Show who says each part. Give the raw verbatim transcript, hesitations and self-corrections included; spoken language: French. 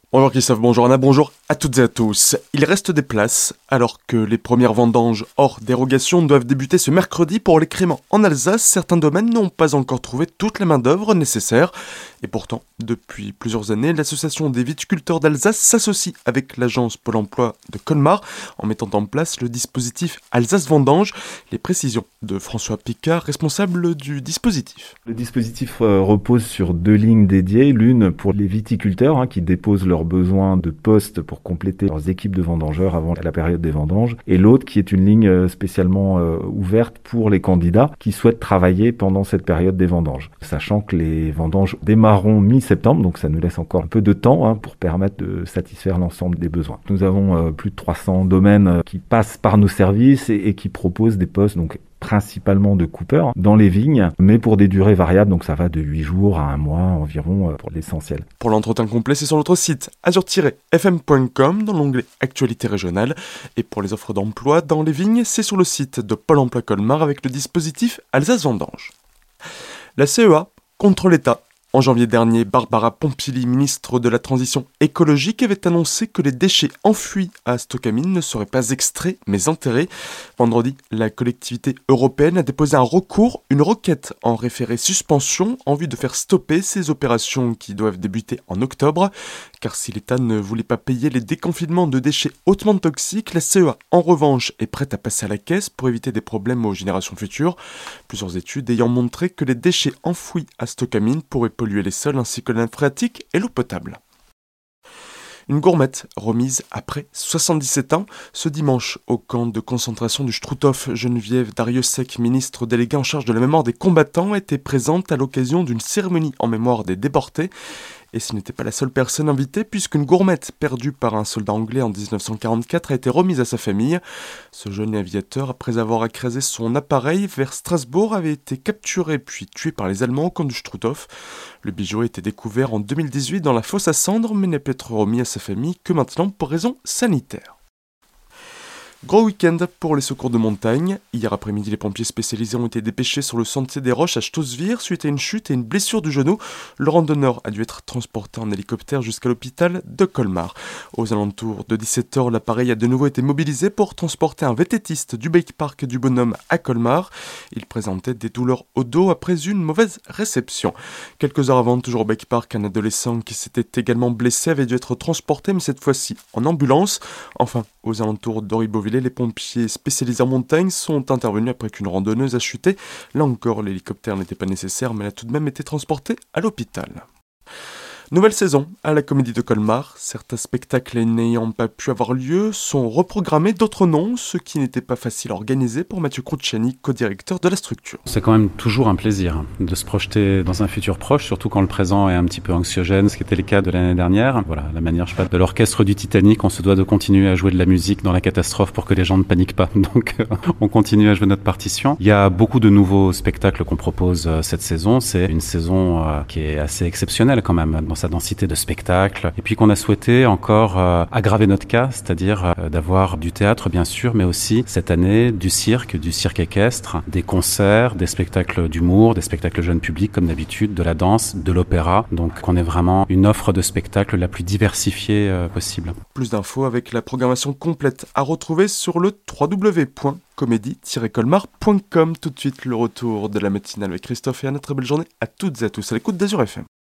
Speaker 1: Bonjour Christophe, bonjour Anna, bonjour à toutes et à tous. Il reste des places, alors que les premières vendanges hors dérogation doivent débuter ce mercredi pour les créments en Alsace. Certains domaines n'ont pas encore trouvé toute la main-d'œuvre nécessaire. Et pourtant, depuis plusieurs années, l'association des viticulteurs d'Alsace s'associe avec l'agence Pôle emploi de Colmar en mettant en place le dispositif Alsace Vendange. Les précisions de François Picard, responsable du dispositif.
Speaker 2: Le dispositif euh, repose sur deux lignes dédiées, l'une pour les viticulteurs hein, qui déposent leurs besoins de postes pour compléter leurs équipes de vendangeurs avant la période des vendanges, et l'autre qui est une ligne euh, spécialement euh, ouverte pour les candidats qui souhaitent travailler pendant cette période des vendanges. Sachant que les vendanges démarreront mi-septembre, donc ça nous laisse encore un peu de temps hein, pour permettre de satisfaire l'ensemble des besoins. Nous avons euh, plus de trois cents domaines euh, qui passent par nos services et, et qui proposent des postes donc principalement de coupeurs dans les vignes, mais pour des durées variables, donc ça va de huit jours à un mois environ pour l'essentiel.
Speaker 1: Pour l'entretien complet, c'est sur notre site azur tiret f m point com dans l'onglet Actualité régionale. Et pour les offres d'emploi dans les vignes, c'est sur le site de Pôle emploi Colmar avec le dispositif Alsace Vendange. La C E A contre l'État. En janvier dernier, Barbara Pompili, ministre de la Transition écologique, avait annoncé que les déchets enfouis à Stocamine ne seraient pas extraits, mais enterrés. Vendredi, la collectivité européenne a déposé un recours, une requête en référé suspension, en vue de faire stopper ces opérations qui doivent débuter en octobre. Car si l'État ne voulait pas payer les déconfinements de déchets hautement toxiques, la C E A, en revanche, est prête à passer à la caisse pour éviter des problèmes aux générations futures. Plusieurs études ayant montré que les déchets enfouis à Stocamine pourraient polluer les sols ainsi que la nappe phréatique et l'eau potable. Une gourmette remise après soixante-dix-sept ans. Ce dimanche, au camp de concentration du Struthof, Geneviève Dariussec, ministre déléguée en charge de la mémoire des combattants, était présente à l'occasion d'une cérémonie en mémoire des déportés. Et ce n'était pas la seule personne invitée, puisqu'une gourmette perdue par un soldat anglais en dix-neuf cent quarante-quatre a été remise à sa famille. Ce jeune aviateur, après avoir écrasé son appareil vers Strasbourg, avait été capturé puis tué par les Allemands au camp du Struthof. Le bijou a été découvert en deux mille dix-huit dans la fosse à cendres, mais n'a pu être remis à sa famille que maintenant pour raisons sanitaires. Gros week-end pour les secours de montagne. Hier après-midi, les pompiers spécialisés ont été dépêchés sur le sentier des Roches à Stossevir suite à une chute et une blessure du genou. Le randonneur a dû être transporté en hélicoptère jusqu'à l'hôpital de Colmar. Aux alentours de dix-sept heures, l'appareil a de nouveau été mobilisé pour transporter un vététiste du bike park du Bonhomme à Colmar. Il présentait des douleurs au dos après une mauvaise réception. Quelques heures avant, toujours au bike park, un adolescent qui s'était également blessé avait dû être transporté, mais cette fois-ci en ambulance. Enfin, aux alentours d'Auribeauvillers, les pompiers spécialisés en montagne sont intervenus après qu'une randonneuse a chuté. Là encore, l'hélicoptère n'était pas nécessaire, mais elle a tout de même été transportée à l'hôpital. Nouvelle saison à la Comédie de Colmar. Certains spectacles n'ayant pas pu avoir lieu sont reprogrammés, d'autres non, ce qui n'était pas facile à organiser pour Mathieu Cruciani, co-directeur de la structure.
Speaker 3: C'est quand même toujours un plaisir de se projeter dans un futur proche, surtout quand le présent est un petit peu anxiogène, ce qui était le cas de l'année dernière. Voilà, la manière, je sais pas, de l'orchestre du Titanic, on se doit de continuer à jouer de la musique dans la catastrophe pour que les gens ne paniquent pas. Donc, euh, on continue à jouer notre partition. Il y a beaucoup de nouveaux spectacles qu'on propose euh, cette saison. C'est une saison euh, qui est assez exceptionnelle quand même dans sa densité de spectacles, et puis qu'on a souhaité encore euh, aggraver notre cas, c'est-à-dire euh, d'avoir du théâtre bien sûr, mais aussi cette année du cirque, du cirque équestre, des concerts, des spectacles d'humour, des spectacles jeunes publics comme d'habitude, de la danse, de l'opéra, donc qu'on ait vraiment une offre de spectacles la plus diversifiée euh, possible.
Speaker 1: Plus d'infos avec la programmation complète à retrouver sur le w w w point comédie tiret colmar point com. Tout de suite le retour de la matinale avec Christophe et Anna. Très belle journée à toutes et à tous à l'écoute d'Azur F M.